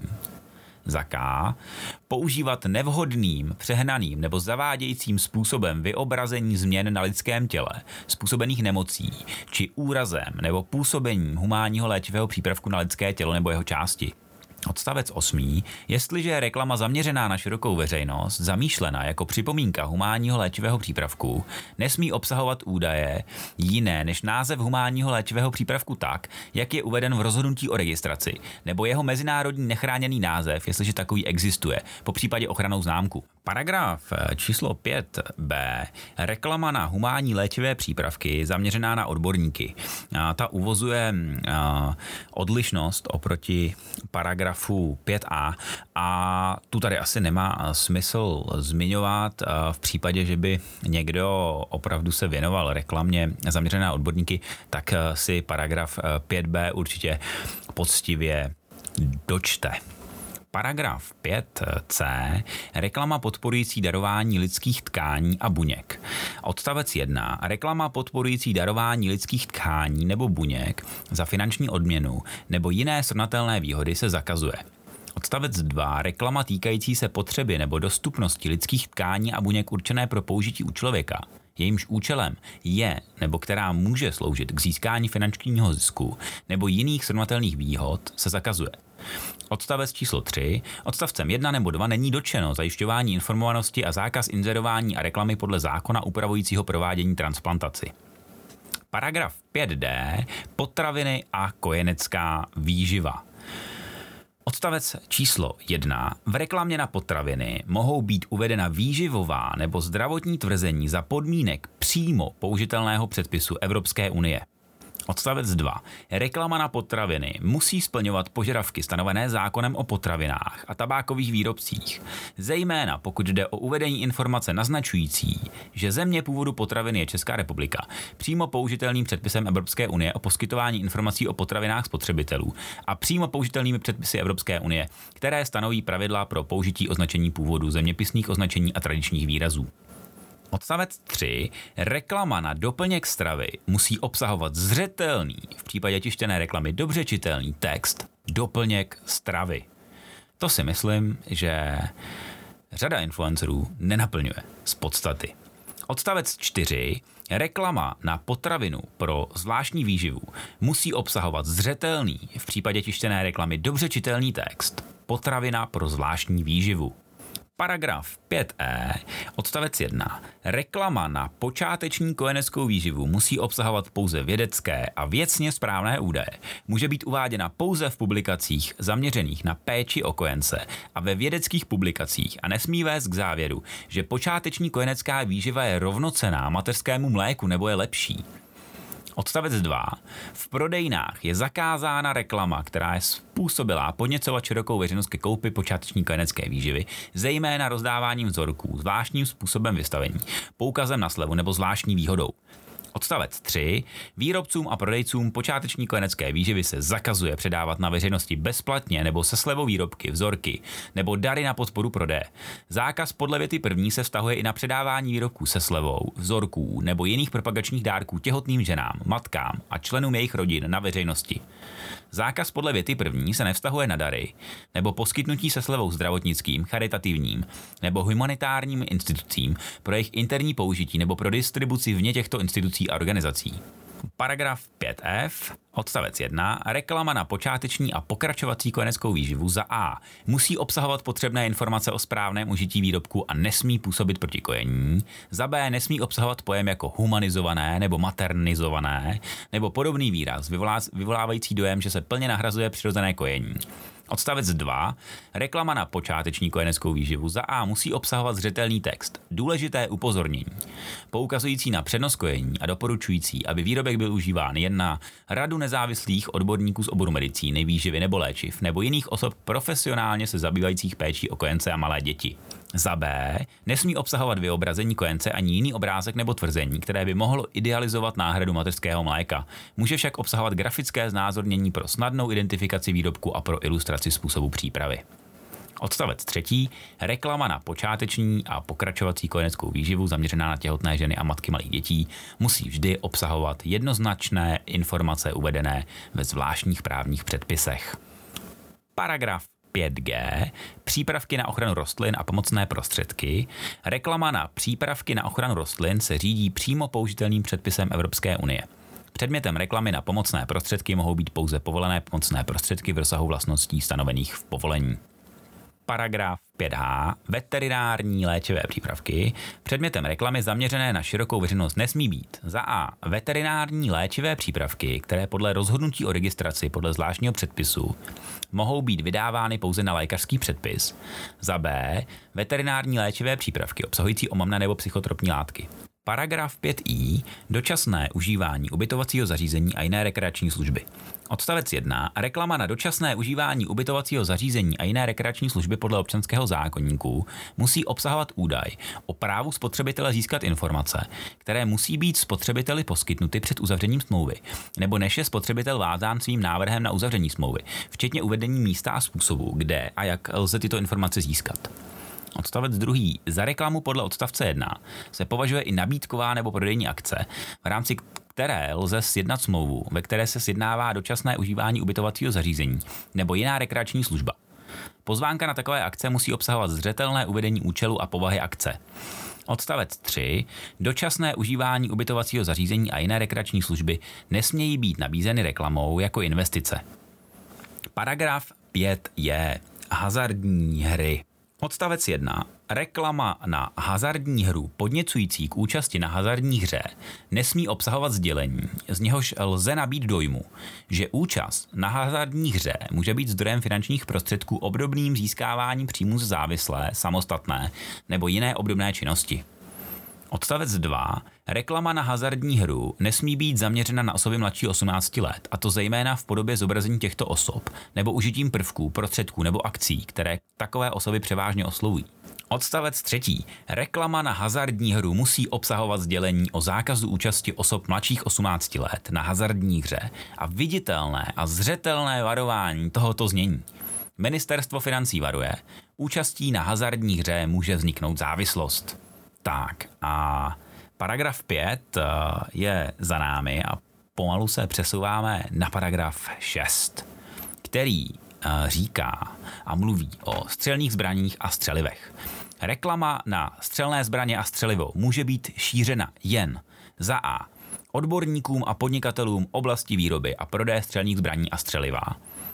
Za K. používat nevhodným, přehnaným nebo zavádějícím způsobem vyobrazení změn na lidském těle, způsobených nemocí, či úrazem nebo působením humánního léčivého přípravku na lidské tělo nebo jeho části. Odstavec osmý. Jestliže je reklama zaměřená na širokou veřejnost, zamýšlená jako připomínka humánního léčivého přípravku, nesmí obsahovat údaje jiné než název humánního léčivého přípravku tak, jak je uveden v rozhodnutí o registraci, nebo jeho mezinárodní nechráněný název, jestliže takový existuje, po případě ochrannou známku. Paragraf číslo pět b. Reklama na humánní léčivé přípravky zaměřená na odborníky. Ta uvozuje odlišnost oproti paragrafu pět a a tu tady asi nemá smysl zmiňovat v případě, že by někdo opravdu se věnoval reklamě zaměřené na odborníky, tak si paragraf pět b určitě poctivě dočte. Paragraf pět c. Reklama podporující darování lidských tkání a buněk. Odstavec jedna. Reklama podporující darování lidských tkání nebo buněk za finanční odměnu nebo jiné srovnatelné výhody se zakazuje. Odstavec dva. Reklama týkající se potřeby nebo dostupnosti lidských tkání a buněk určené pro použití u člověka, jejímž účelem je nebo která může sloužit k získání finančního zisku nebo jiných srovnatelných výhod, se zakazuje. Odstavec číslo tři. Odstavcem jedna nebo dva není dotčeno zajišťování informovanosti a zákaz inzerování a reklamy podle zákona upravujícího provádění transplantaci. Paragraf pět d. Potraviny a kojenecká výživa. Odstavec číslo jedna. V reklamě na potraviny mohou být uvedena výživová nebo zdravotní tvrzení za podmínek přímo použitelného předpisu Evropské unie. Odstavec dva. Reklama na potraviny musí splňovat požadavky stanovené zákonem o potravinách a tabákových výrobcích, zejména pokud jde o uvedení informace naznačující, že země původu potraviny je Česká republika, přímo použitelným předpisem Evropské unie o poskytování informací o potravinách spotřebitelů a přímo použitelnými předpisy Evropské unie, které stanoví pravidla pro použití označení původu, zeměpisných označení a tradičních výrazů. Odstavec tři. Reklama na doplněk stravy musí obsahovat zřetelný, v případě tištěné reklamy dobře čitelný text doplněk stravy. To si myslím, že řada influencerů nenaplňuje z podstaty. Odstavec čtyři. Reklama na potravinu pro zvláštní výživu musí obsahovat zřetelný, v případě tištěné reklamy dobře čitelný text potravina pro zvláštní výživu. Paragraf pět e, odstavec jedna. Reklama na počáteční kojeneckou výživu musí obsahovat pouze vědecké a věcně správné údaje. Může být uváděna pouze v publikacích zaměřených na péči o kojence a ve vědeckých publikacích a nesmí vést k závěru, že počáteční kojenecká výživa je rovnocenná mateřskému mléku nebo je lepší. Odstavec dva. V prodejnách je zakázána reklama, která je způsobilá podněcovat širokou veřejnost ke koupi počáteční kojenecké výživy, zejména rozdáváním vzorků, zvláštním způsobem vystavení, poukazem na slevu nebo zvláštní výhodou. Odstavec tři. Výrobcům a prodejcům počáteční kojenecké výživy se zakazuje předávat na veřejnosti bezplatně nebo se slevou výrobky, vzorky nebo dary na podporu prodeje. Zákaz podle věty první se vztahuje i na předávání výrobků se slevou, vzorků nebo jiných propagačních dárků těhotným ženám, matkám a členům jejich rodin na veřejnosti. Zákaz podle věty první se nevztahuje na dary nebo poskytnutí se slevou zdravotnickým, charitativním nebo humanitárním institucím pro jejich interní použití nebo pro distribuci vně těchto institucí a organizací. Paragraf pět ef, odstavec jedna. Reklama na počáteční a pokračovací kojeneckou výživu za A musí obsahovat potřebné informace o správném užití výrobku a nesmí působit proti kojení. Za B nesmí obsahovat pojem jako humanizované nebo maternizované nebo podobný výraz vyvolávající dojem, že se plně nahrazuje přirozené kojení. Odstavec dva. Reklama na počáteční kojeneckou výživu za A musí obsahovat zřetelný text. Důležité upozornění, poukazující na přednost kojení a doporučující, aby výrobek byl užíván jen na radu nezávislých odborníků z oboru medicíny, výživy nebo léčiv nebo jiných osob profesionálně se zabývajících péčí o kojence a malé děti. Za B. Nesmí obsahovat vyobrazení kojence ani jiný obrázek nebo tvrzení, které by mohlo idealizovat náhradu mateřského mléka. Může však obsahovat grafické znázornění pro snadnou identifikaci výrobku a pro ilustraci způsobu přípravy. Odstavec třetí. Reklama na počáteční a pokračovací kojeneckou výživu zaměřená na těhotné ženy a matky malých dětí musí vždy obsahovat jednoznačné informace uvedené ve zvláštních právních předpisech. Paragraf pět gé. Přípravky na ochranu rostlin a pomocné prostředky. Reklama na přípravky na ochranu rostlin se řídí přímo použitelným předpisem Evropské unie. Předmětem reklamy na pomocné prostředky mohou být pouze povolené pomocné prostředky v rozsahu vlastností stanovených v povolení. Paragraf pět há. Veterinární léčivé přípravky. Předmětem reklamy zaměřené na širokou veřejnost nesmí být za A. veterinární léčivé přípravky, které podle rozhodnutí o registraci podle zvláštního předpisu mohou být vydávány pouze na lékařský předpis. Za B. Veterinární léčivé přípravky obsahující omamné nebo psychotropní látky. Paragraf pět í. Dočasné užívání ubytovacího zařízení a jiné rekreační služby. Odstavec jedna. Reklama na dočasné užívání ubytovacího zařízení a jiné rekreační služby podle občanského zákoníku musí obsahovat údaj o právu spotřebitele získat informace, které musí být spotřebiteli poskytnuty před uzavřením smlouvy, nebo než je spotřebitel vázán svým návrhem na uzavření smlouvy, včetně uvedení místa a způsobu, kde a jak lze tyto informace získat. Odstavec druhý. Za reklamu podle odstavce jedna se považuje i nabídková nebo prodejní akce, v rámci které lze sjednat smlouvu, ve které se sjednává dočasné užívání ubytovacího zařízení nebo jiná rekreační služba. Pozvánka na takové akce musí obsahovat zřetelné uvedení účelu a povahy akce. Odstavec tři. Dočasné užívání ubytovacího zařízení a jiné rekreační služby nesmějí být nabízeny reklamou jako investice. Paragraf pět je. Hazardní hry. Odstavec jedna. Reklama na hazardní hru podněcující k účasti na hazardní hře nesmí obsahovat sdělení, z něhož lze nabít dojmu, že účast na hazardní hře může být zdrojem finančních prostředků obdobným získáváním příjmů z závislé, samostatné nebo jiné obdobné činnosti. Odstavec dva. Reklama na hazardní hru nesmí být zaměřena na osoby mladší osmnácti let, a to zejména v podobě zobrazení těchto osob nebo užitím prvků, prostředků nebo akcí, které takové osoby převážně oslovují. Odstavec třetí. Reklama na hazardní hru musí obsahovat sdělení o zákazu účasti osob mladších osmnácti let na hazardní hře a viditelné a zřetelné varování tohoto znění. Ministerstvo financí varuje, účastí na hazardní hře může vzniknout závislost. Tak a paragraf pět je za námi a pomalu se přesouváme na paragraf šest, který říká a mluví o střelných zbraních a střelivech. Reklama na střelné zbraně a střelivo může být šířena jen za A. odborníkům a podnikatelům oblasti výroby a prodeje střelných zbraní a střeliva.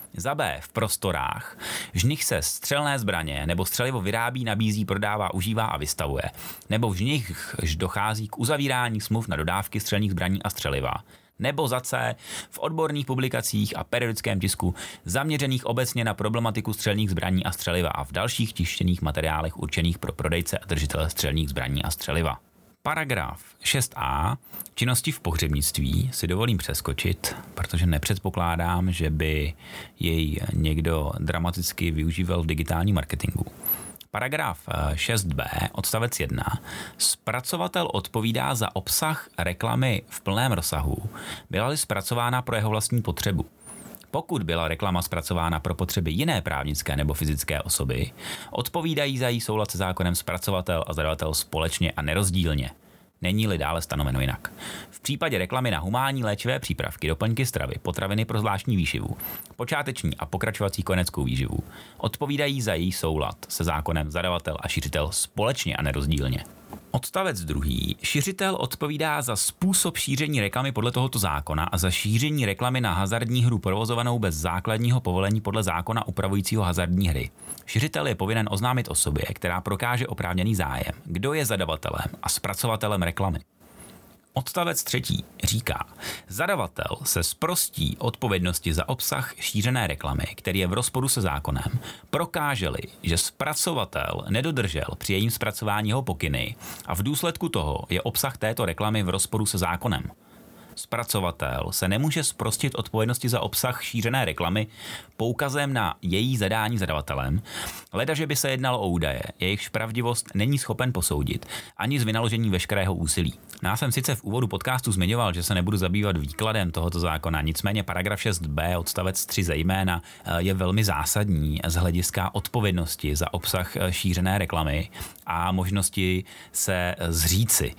Za B v prostorách, v nich se střelné zbraně nebo střelivo vyrábí, nabízí, prodává, užívá a vystavuje, nebo v nich dochází k uzavírání smluv na dodávky střelných zbraní a střeliva, nebo za C v odborných publikacích a periodickém tisku zaměřených obecně na problematiku střelných zbraní a střeliva a v dalších tištěných materiálech určených pro prodejce a držitele střelných zbraní a střeliva. Paragraf šest a. Činnosti v pohřebnictví si dovolím přeskočit, protože nepředpokládám, že by jej někdo dramaticky využíval v digitálním marketingu. Paragraf šest b, odstavec jedna. Zpracovatel odpovídá za obsah reklamy v plném rozsahu, byla-li zpracována pro jeho vlastní potřebu. Pokud byla reklama zpracována pro potřeby jiné právnické nebo fyzické osoby, odpovídají za její soulad se zákonem zpracovatel a zadavatel společně a nerozdílně. Není-li dále stanoveno jinak. V případě reklamy na humánní léčivé přípravky, doplňky stravy, potraviny pro zvláštní výživu, počáteční a pokračovací koneckou výživu, odpovídají za její soulad se zákonem zadavatel a šiřitel společně a nerozdílně. Odstavec druhý. Šiřitel odpovídá za způsob šíření reklamy podle tohoto zákona a za šíření reklamy na hazardní hru provozovanou bez základního povolení podle zákona upravujícího hazardní hry. Šiřitel je povinen oznámit osobě, která prokáže oprávněný zájem, kdo je zadavatelem a zpracovatelem reklamy. Odstavec třetí říká, zadavatel se zprostí odpovědnosti za obsah šířené reklamy, který je v rozporu se zákonem, prokáže-li, že zpracovatel nedodržel při jejím zpracování jeho pokyny a v důsledku toho je obsah této reklamy v rozporu se zákonem. Zpracovatel se nemůže zprostit odpovědnosti za obsah šířené reklamy poukazem na její zadání zadavatelem, ledaže by se jednalo o údaje, jejichž pravdivost není schopen posoudit, ani z vynaložení veškerého úsilí. Já jsem sice v úvodu podcastu zmiňoval, že se nebudu zabývat výkladem tohoto zákona, nicméně paragraf šest b odstavec tři zejména je velmi zásadní z hlediska odpovědnosti za obsah šířené reklamy a možnosti se zříci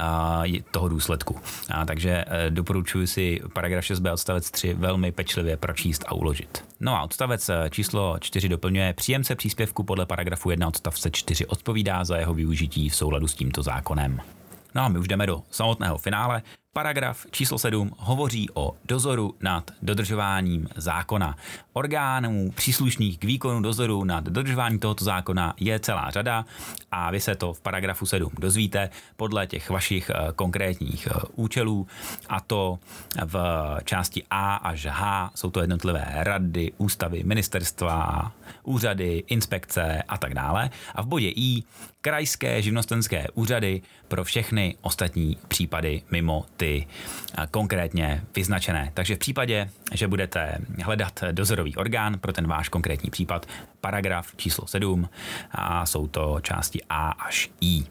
toho důsledku. Takže doporučuji si paragraf šest b odstavec tři velmi pečlivě pročíst a uložit. No a odstavec číslo čtyři doplňuje, příjemce příspěvku podle paragrafu jedna odstavce čtyři odpovídá za jeho využití v souladu s tímto zákonem. No a my už jdeme do samotného finále. Paragraf číslo sedm hovoří o dozoru nad dodržováním zákona. Orgánů příslušných k výkonu dozoru nad dodržováním tohoto zákona je celá řada a vy se to v paragrafu sedm dozvíte podle těch vašich konkrétních účelů, a to v části A až H jsou to jednotlivé rady, ústavy, ministerstva, úřady, inspekce a tak dále. A v bodě I krajské živnostenské úřady pro všechny ostatní případy mimo ty konkrétně vyznačené. Takže v případě, že budete hledat dozorový orgán pro ten váš konkrétní případ, paragraf číslo sedm a jsou to části A až I.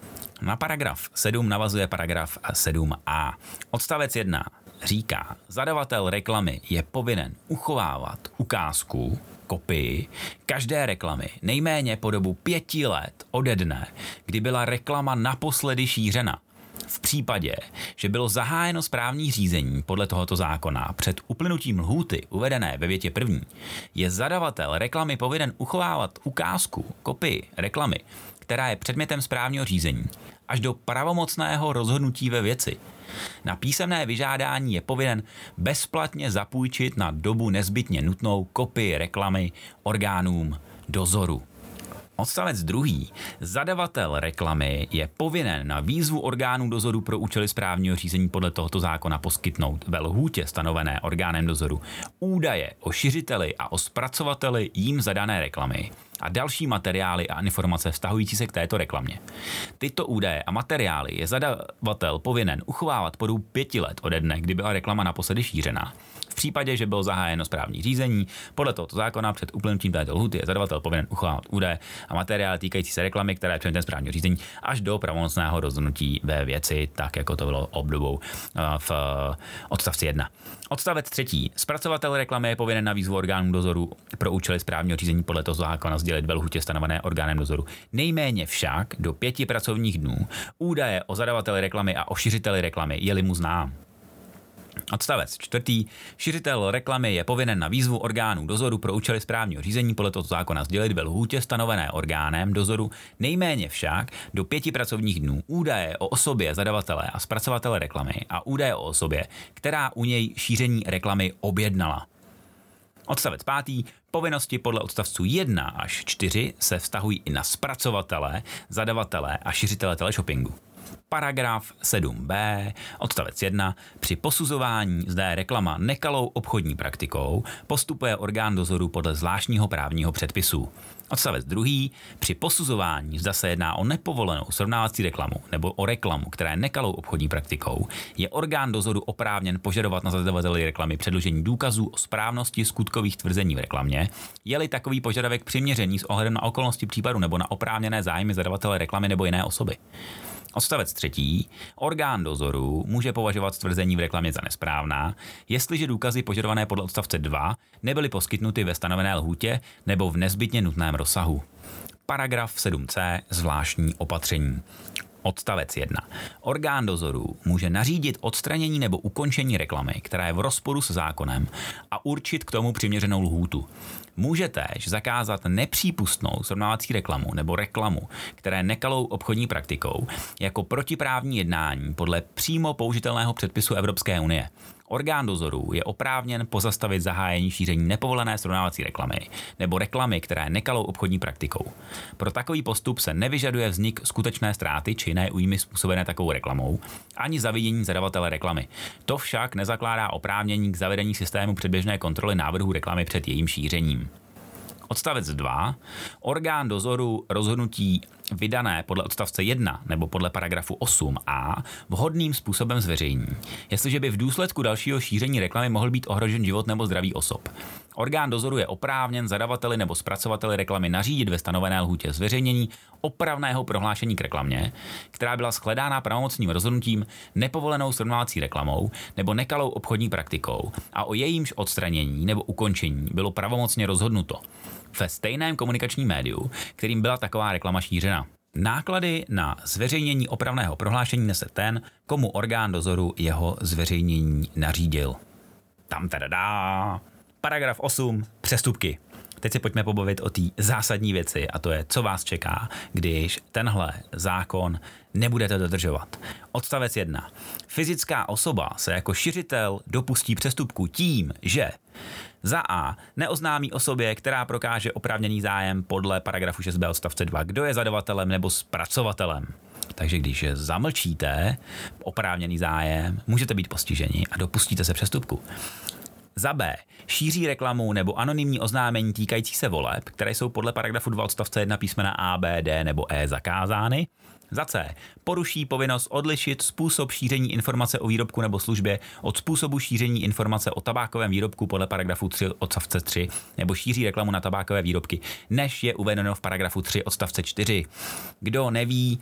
Na paragraf sedm navazuje paragraf sedm a. Odstavec jedna říká, zadavatel reklamy je povinen uchovávat ukázku, kopii každé reklamy nejméně po dobu pěti let ode dne, kdy byla reklama naposledy šířena. V případě, že bylo zahájeno správní řízení podle tohoto zákona před uplynutím lhůty uvedené ve větě první, je zadavatel reklamy povinen uchovávat ukázku, kopii reklamy, která je předmětem správního řízení, až do pravomocného rozhodnutí ve věci. Na písemné vyžádání je povinen bezplatně zapůjčit na dobu nezbytně nutnou kopii reklamy orgánům dozoru. Odstavec druhý. Zadavatel reklamy je povinen na výzvu orgánů dozoru pro účely správního řízení podle tohoto zákona poskytnout ve lhůtě stanovené orgánem dozoru údaje o šiřiteli a o zpracovateli jím zadané reklamy a další materiály a informace vztahující se k této reklamě. Tyto údaje a materiály je zadavatel povinen uchovávat po dobu pěti let ode dne, kdy byla reklama naposledy šířena. V případě, že bylo zahájeno správní řízení, podle tohoto zákona před uplynutím této lhůty je zadavatel povinen uchovávat údaje a materiály týkající se reklamy, která je předmětem správního řízení, až do pravomocného rozhodnutí ve věci, tak jako to bylo obdobou v odstavci jedna. Odstavec třetí. Zpracovatel reklamy je povinen na výzvu orgánů dozoru pro účely správního řízení podle tohoto zákona sdělit ve lhůtě stanovené orgánem dozoru. Nejméně však do pěti pracovních dnů údaje o zadavateli reklamy a o šiřiteli reklamy, je-li mu znám. Odstavec čtvrtý. Šiřitel reklamy je povinen na výzvu orgánů dozoru pro účely správního řízení podle tohoto zákona sdělit ve lhůtě stanovené orgánem dozoru, nejméně však do pěti pracovních dnů údaje o osobě zadavatele a zpracovatele reklamy a údaje o osobě, která u něj šíření reklamy objednala. Odstavec pátý. Povinnosti podle odstavců jedna až čtyři se vztahují i na zpracovatele, zadavatele a šiřitele teleshoppingu. Paragraf sedm bé, odstavec jedna. Při posuzování, zda je reklama nekalou obchodní praktikou, postupuje orgán dozoru podle zvláštního právního předpisu. Odstavec druhý. Při posuzování, zda se jedná o nepovolenou srovnávací reklamu nebo o reklamu, která je nekalou obchodní praktikou, je orgán dozoru oprávněn požadovat na zadavateli reklamy předložení důkazů o správnosti skutkových tvrzení v reklamě, je-li takový požadavek přiměřený s ohledem na okolnosti případu nebo na oprávněné zájmy zadavatele reklamy nebo jiné osoby. Odstavec třetí. Orgán dozoru může považovat tvrzení v reklamě za nesprávná, jestliže důkazy požadované podle odstavce dva nebyly poskytnuty ve stanovené lhůtě nebo v nezbytně nutném rozsahu. Paragraf sedm cé. Zvláštní opatření. Odstavec jedna. Orgán dozoru může nařídit odstranění nebo ukončení reklamy, která je v rozporu se zákonem, a určit k tomu přiměřenou lhůtu. Může též zakázat nepřípustnou srovnávací reklamu nebo reklamu, která je nekalou obchodní praktikou, jako protiprávní jednání podle přímo použitelného předpisu Evropské unie. Orgán dozoru je oprávněn pozastavit zahájení šíření nepovolené srovnávací reklamy nebo reklamy, která je nekalou obchodní praktikou. Pro takový postup se nevyžaduje vznik skutečné ztráty či jiné újmy způsobené takovou reklamou, ani zavidění zadavatele reklamy. To však nezakládá oprávnění k zavedení systému předběžné kontroly návrhu reklamy před jejím šířením. Odstavec dva. Orgán dozoru rozhodnutí vydané podle odstavce jedna nebo podle paragrafu osm a vhodným způsobem zveřejní, jestliže by v důsledku dalšího šíření reklamy mohl být ohrožen život nebo zdraví osob. Orgán dozoru je oprávněn zadavateli nebo zpracovateli reklamy nařídit ve stanovené lhůtě zveřejnění opravného prohlášení k reklamě, která byla shledána pravomocným rozhodnutím nepovolenou srovnávací reklamou nebo nekalou obchodní praktikou a o jejímž odstranění nebo ukončení bylo pravomocně rozhodnuto ve stejném komunikačním médiu, kterým byla taková reklama šířena. Náklady na zveřejnění opravného prohlášení nese ten, komu orgán dozoru jeho zveřejnění nařídil. Tam tadadá. Paragraf osm. Přestupky. Teď si pojďme pobavit o té zásadní věci, a to je, co vás čeká, když tenhle zákon nebudete dodržovat. Odstavec jedna. Fyzická osoba se jako šiřitel dopustí přestupku tím, že za A. neoznámí osobě, která prokáže oprávněný zájem podle paragrafu šest bé odstavce dva, kdo je zadavatelem nebo zpracovatelem. Takže když zamlčíte oprávněný zájem, můžete být postiženi a dopustíte se přestupku. Za B. Šíří reklamu nebo anonymní oznámení týkající se voleb, které jsou podle paragrafu dva odstavce jedna písmena A, B, D nebo E zakázány. Za C. Poruší povinnost odlišit způsob šíření informace o výrobku nebo službě od způsobu šíření informace o tabákovém výrobku podle paragrafu tři odstavce tři nebo šíří reklamu na tabákové výrobky, než je uvedeno v paragrafu tři odstavce čtyři. Kdo neví,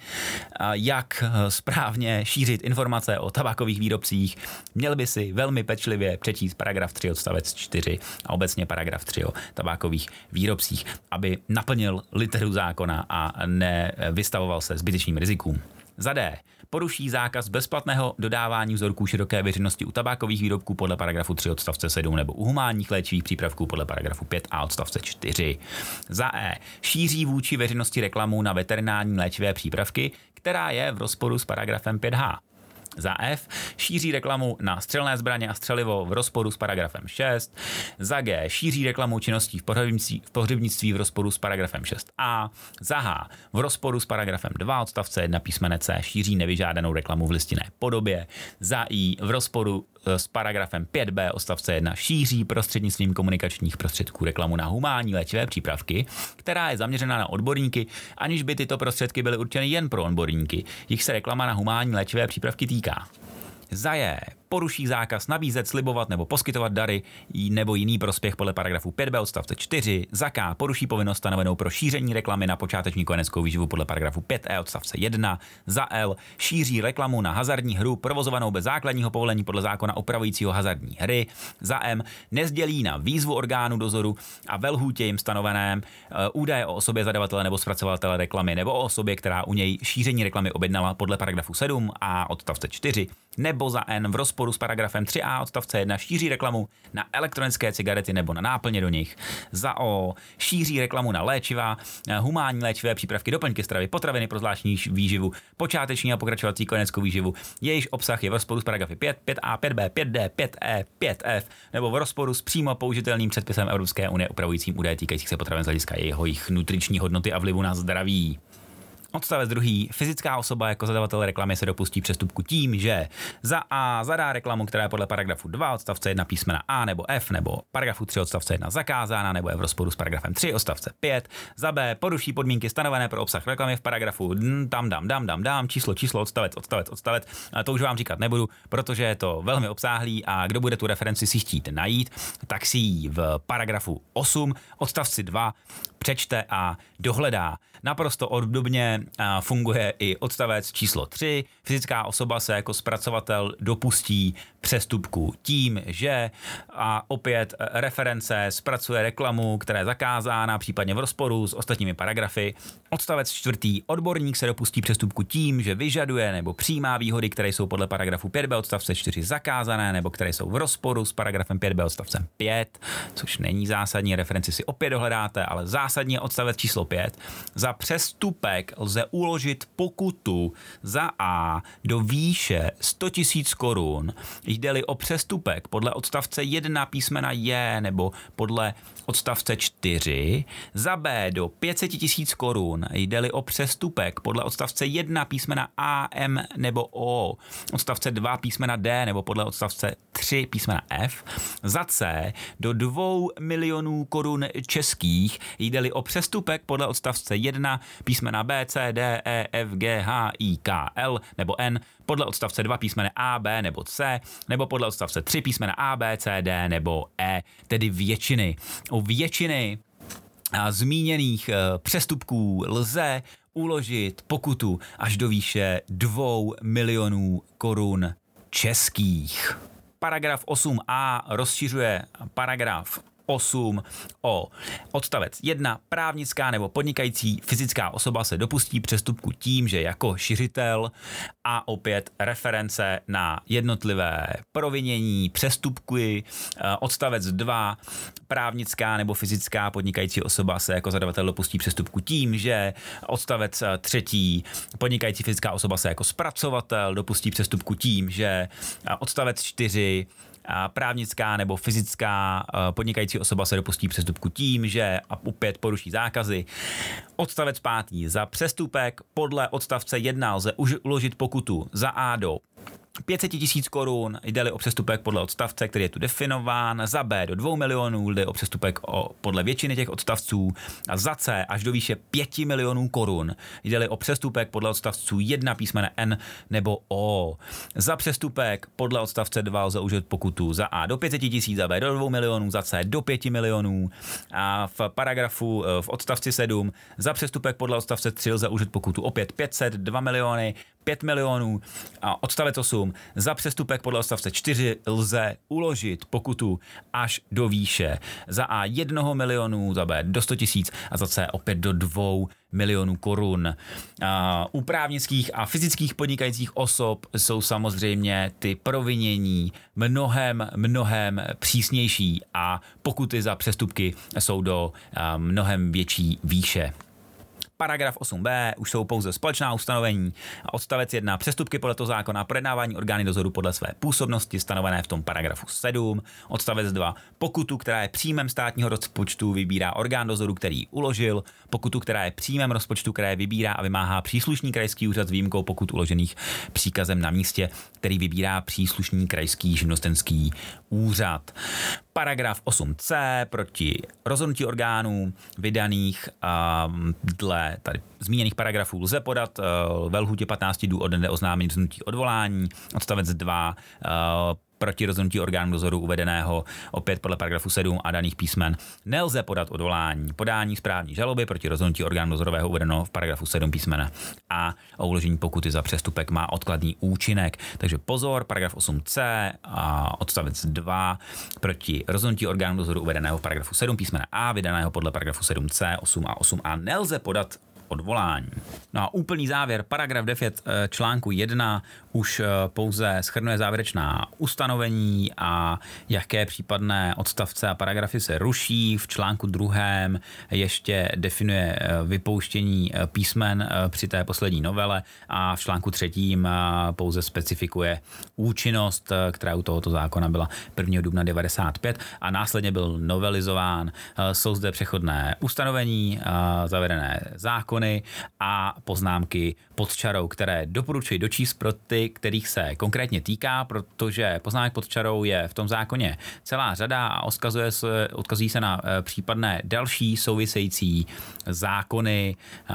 jak správně šířit informace o tabákových výrobcích, měl by si velmi pečlivě přečíst paragraf tři odstavec čtyři a obecně paragraf tři o tabákových výrobcích, aby naplnil literu zákona a nevystavoval se zbytečným rizikům. Za D. Poruší zákaz bezplatného dodávání vzorků široké veřejnosti u tabákových výrobků podle paragrafu tři odstavce sedm nebo u humánních léčivých přípravků podle paragrafu pět a odstavce čtyři. Za E. Šíří vůči veřejnosti reklamu na veterinární léčivé přípravky, která je v rozporu s paragrafem pět há. Za F. Šíří reklamu na střelné zbraně a střelivo v rozporu s paragrafem šest. Za G. Šíří reklamu činností v pohřebnictví, v pohřebnictví v rozporu s paragrafem šest a. Za H. V rozporu s paragrafem dva odstavce jedna písmene C. Šíří nevyžádanou reklamu v listinné podobě. Za I. V rozporu s paragrafem pět bé odstavce jedna šíří prostřednictvím komunikačních prostředků reklamu na humánní léčivé přípravky, která je zaměřena na odborníky, aniž by tyto prostředky byly určeny jen pro odborníky, jich se reklama na humánní léčivé přípravky týká. Za J. Poruší zákaz nabízet, slibovat nebo poskytovat dary nebo jiný prospěch podle paragrafu pět bé odstavce čtyři. Za K. Poruší povinnost stanovenou pro šíření reklamy na počáteční kojeneckou výživu podle paragrafu pět é odstavce jedna. Za L. Šíří reklamu na hazardní hru provozovanou bez základního povolení podle zákona upravujícího hazardní hry. Za M. Nezdělí na výzvu orgánu dozoru a ve lhůtě jim stanoveném údaje o osobě zadavatele nebo zpracovatele reklamy nebo o osobě, která u něj šíření reklamy objednala podle paragrafu sedm a odstavce čtyři. Nebo za N. V rozporu rozporu s paragrafem tři a odstavce jedna šíří reklamu na elektronické cigarety nebo na náplně do nich. Za O šíří reklamu na léčiva, humánní léčivé přípravky, doplňky stravy, potraviny pro zvláštní výživu, počáteční a pokračovací kojeneckou výživu. Jejíž obsah je v rozporu s paragrafy pět, pět a, pět b, pět d, pět e, pět f nebo v rozporu s přímo použitelným předpisem Evropské unie upravujícím údaje týkajících se potravin z hlediska jeho jejich nutriční hodnoty a vlivu na zdraví. Odstavec druhý. Fyzická osoba jako zadavatel reklamy se dopustí přestupku tím, že za A zadá reklamu, která je podle paragrafu dva odstavce jedna písmena A nebo F nebo paragrafu tři odstavce jedna zakázána nebo je v rozporu s paragrafem tři odstavce pět. Za B poruší podmínky stanovené pro obsah reklamy v paragrafu tam dam dam dam dam číslo číslo odstavec odstavec odstavec. A to už vám říkat nebudu, protože je to velmi obsáhlý a kdo bude tu referenci si chtít najít, tak si ji v paragrafu osm odstavci dva přečte a dohledá. Naprosto obdobně funguje i odstavec číslo tři. Fyzická osoba se jako zpracovatel dopustí přestupku tím, že a opět reference zpracuje reklamu, která je zakázána, případně v rozporu s ostatními paragrafy. Odstavec čtvrtý. Odborník se dopustí přestupku tím, že vyžaduje nebo přijímá výhody, které jsou podle paragrafu pět b odstavce čtyři zakázané nebo které jsou v rozporu s paragrafem pět b odstavcem pět, což není zásadní, referenci si opět dohledáte, ale zásadní je odstavec číslo pět. Za přestupek lze uložit pokutu za A do výše sto tisíc korun, jde-li o přestupek podle odstavce jedna písmena J nebo podle odstavce čtyři, za B do pět set tisíc korun, jde-li o přestupek podle odstavce jedna písmena A, M nebo O, odstavce dva písmena D nebo podle odstavce tři písmena F, za C do dvou milionů korun českých, jde-li o přestupek podle odstavce jedna písmena B, C, D, E, F, G, H, I, K, L nebo N, podle odstavce dva písmene A, B nebo C, nebo podle odstavce tři písmena A, B, C, D nebo E, tedy většiny. U většiny a zmíněných e, přestupků lze uložit pokutu až do výše dvou milionů korun českých. Paragraf osm a rozšiřuje paragraf osm o odstavec jedna. Právnická nebo podnikající fyzická osoba se dopustí přestupku tím, že jako šiřitel a opět reference na jednotlivé provinění přestupky. Odstavec dva. Právnická nebo fyzická podnikající osoba se jako zadavatel dopustí přestupku tím, že odstavec třetí. Podnikající fyzická osoba se jako zpracovatel dopustí přestupku tím, že odstavec čtyři. Právnická nebo fyzická podnikající osoba se dopustí přestupku tím, že opět poruší zákazy. Odstavec pátý. Za přestupek podle odstavce jedna lze uložit pokutu za A do pět set tisíc korun, jde-li o přestupek podle odstavce, který je tu definován, za B do dvou milionů, jde o přestupek o, podle většiny těch odstavců, a za C až do výše pěti milionů korun, jde-li o přestupek podle odstavců jedna písmene N nebo O. Za přestupek podle odstavce dva lze užít pokutu za A do pět set tisíc, za B do dvou milionů, za C do pěti milionů a v paragrafu v odstavci sedm za přestupek podle odstavce tři lze užít pokutu opět pět set, dva miliony, pět milionů a odstavec osm. Za přestupek podle odstavce čtyři lze uložit pokutu až do výše za A jednoho milionu, za B do sto tisíc a za C opět do dvou milionů korun. A u právnických a fyzických podnikajících osob jsou samozřejmě ty provinění mnohem, mnohem přísnější a pokuty za přestupky jsou do mnohem větší výše. Paragraf osm b už jsou pouze společná ustanovení. Odstavec jedna. Přestupky podle toho zákona, projednávání orgány dozoru podle své působnosti stanovené v tom paragrafu sedm. Odstavec dva. Pokutu, která je příjmem státního rozpočtu, vybírá orgán dozoru, který uložil. Pokutu, která je příjmem rozpočtu, které vybírá a vymáhá příslušný krajský úřad s výjimkou pokut uložených příkazem na místě, který vybírá příslušný krajský živnostenský úřad. Paragraf osm c proti rozhodnutí orgánů vydaných um, dle tady zmíněných paragrafů lze podat uh, ve lhůtě patnácti dnů ode dne oznámení rozhodnutí odvolání. Odstavec dva uh, proti rozhodnutí orgánu dozoru uvedeného opět podle paragrafu sedm a daných písmen nelze podat odvolání. Podání správní žaloby proti rozhodnutí orgánu dozorového uvedeno v paragrafu sedm písmena a o uložení pokuty za přestupek má odkladný účinek. Takže pozor, paragraf osm c a odstavec dva proti rozhodnutí orgánu dozoru uvedeného v paragrafu sedm písmena A vydaného podle paragrafu sedm c, osm a osm a nelze podat odvolání. No a úplný závěr, paragraf devět článku jedna už pouze shrnuje závěrečná ustanovení a jaké případné odstavce a paragrafy se ruší. V článku druhém ještě definuje vypouštění písmen při té poslední novele a v článku třetím pouze specifikuje účinnost, která u tohoto zákona byla prvního dubna devadesát pět a následně byl novelizován. Jsou zde přechodné ustanovení, zavedené zákony a poznámky pod čarou, které doporučuji dočíst pro ty, kterých se konkrétně týká, protože poznámek pod čarou je v tom zákoně celá řada a odkazuje se, odkazují se na případné další související zákony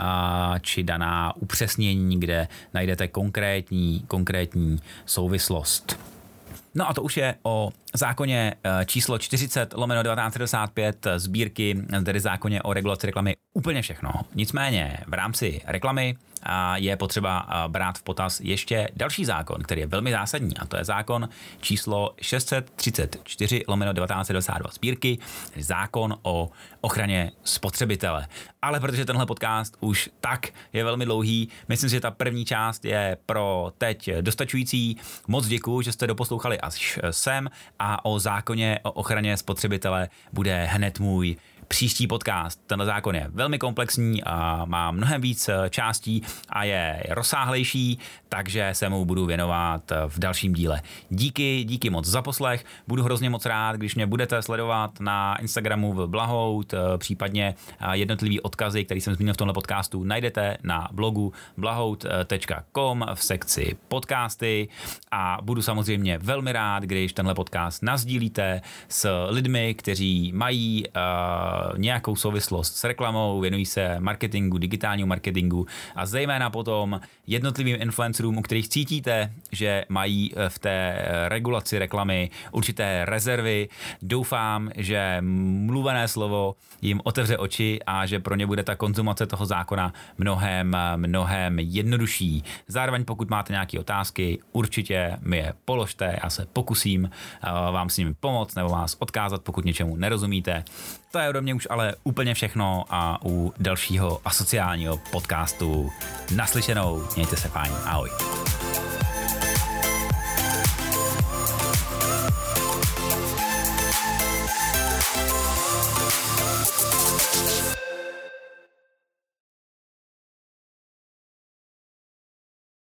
či daná upřesnění, kde najdete konkrétní, konkrétní souvislost. No a to už je o zákoně číslo čtyřicet lomeno devatenáct šedesát pět sbírky, tedy zákoně o regulaci reklamy úplně všechno. Nicméně v rámci reklamy je potřeba brát v potaz ještě další zákon, který je velmi zásadní, a to je zákon číslo šest set třicet čtyři lomeno devatenáct devadesát dva sbírky, tedy zákon o ochraně spotřebitele. Ale protože tenhle podcast už tak je velmi dlouhý, myslím si, že ta první část je pro teď dostačující. Moc děkuju, že jste doposlouchali až sem a o zákoně o ochraně spotřebitele bude hned můj příští podcast. Tenhle zákon je velmi komplexní a má mnohem víc částí a je rozsáhlejší, takže se mu budu věnovat v dalším díle. Díky, díky moc za poslech. Budu hrozně moc rád, když mě budete sledovat na Instagramu v Blahout, případně jednotlivý odkazy, který jsem zmínil v tomhle podcastu, najdete na blogu blahout tečka com v sekci podcasty a budu samozřejmě velmi rád, když tenhle podcast nasdílíte s lidmi, kteří mají uh, nějakou souvislost s reklamou, věnují se marketingu, digitálnímu marketingu a zejména potom jednotlivým influencerům, u kterých cítíte, že mají v té regulaci reklamy určité rezervy. Doufám, že mluvené slovo jim otevře oči a že pro ně bude ta konzumace toho zákona mnohem, mnohem jednodušší. Zároveň pokud máte nějaké otázky, určitě mi je položte, já se pokusím vám s nimi pomoct nebo vás odkázat, pokud něčemu nerozumíte. To je ode mě už ale úplně všechno a u dalšího asociálního podcastu naslyšenou. Mějte se fajn. Ahoj.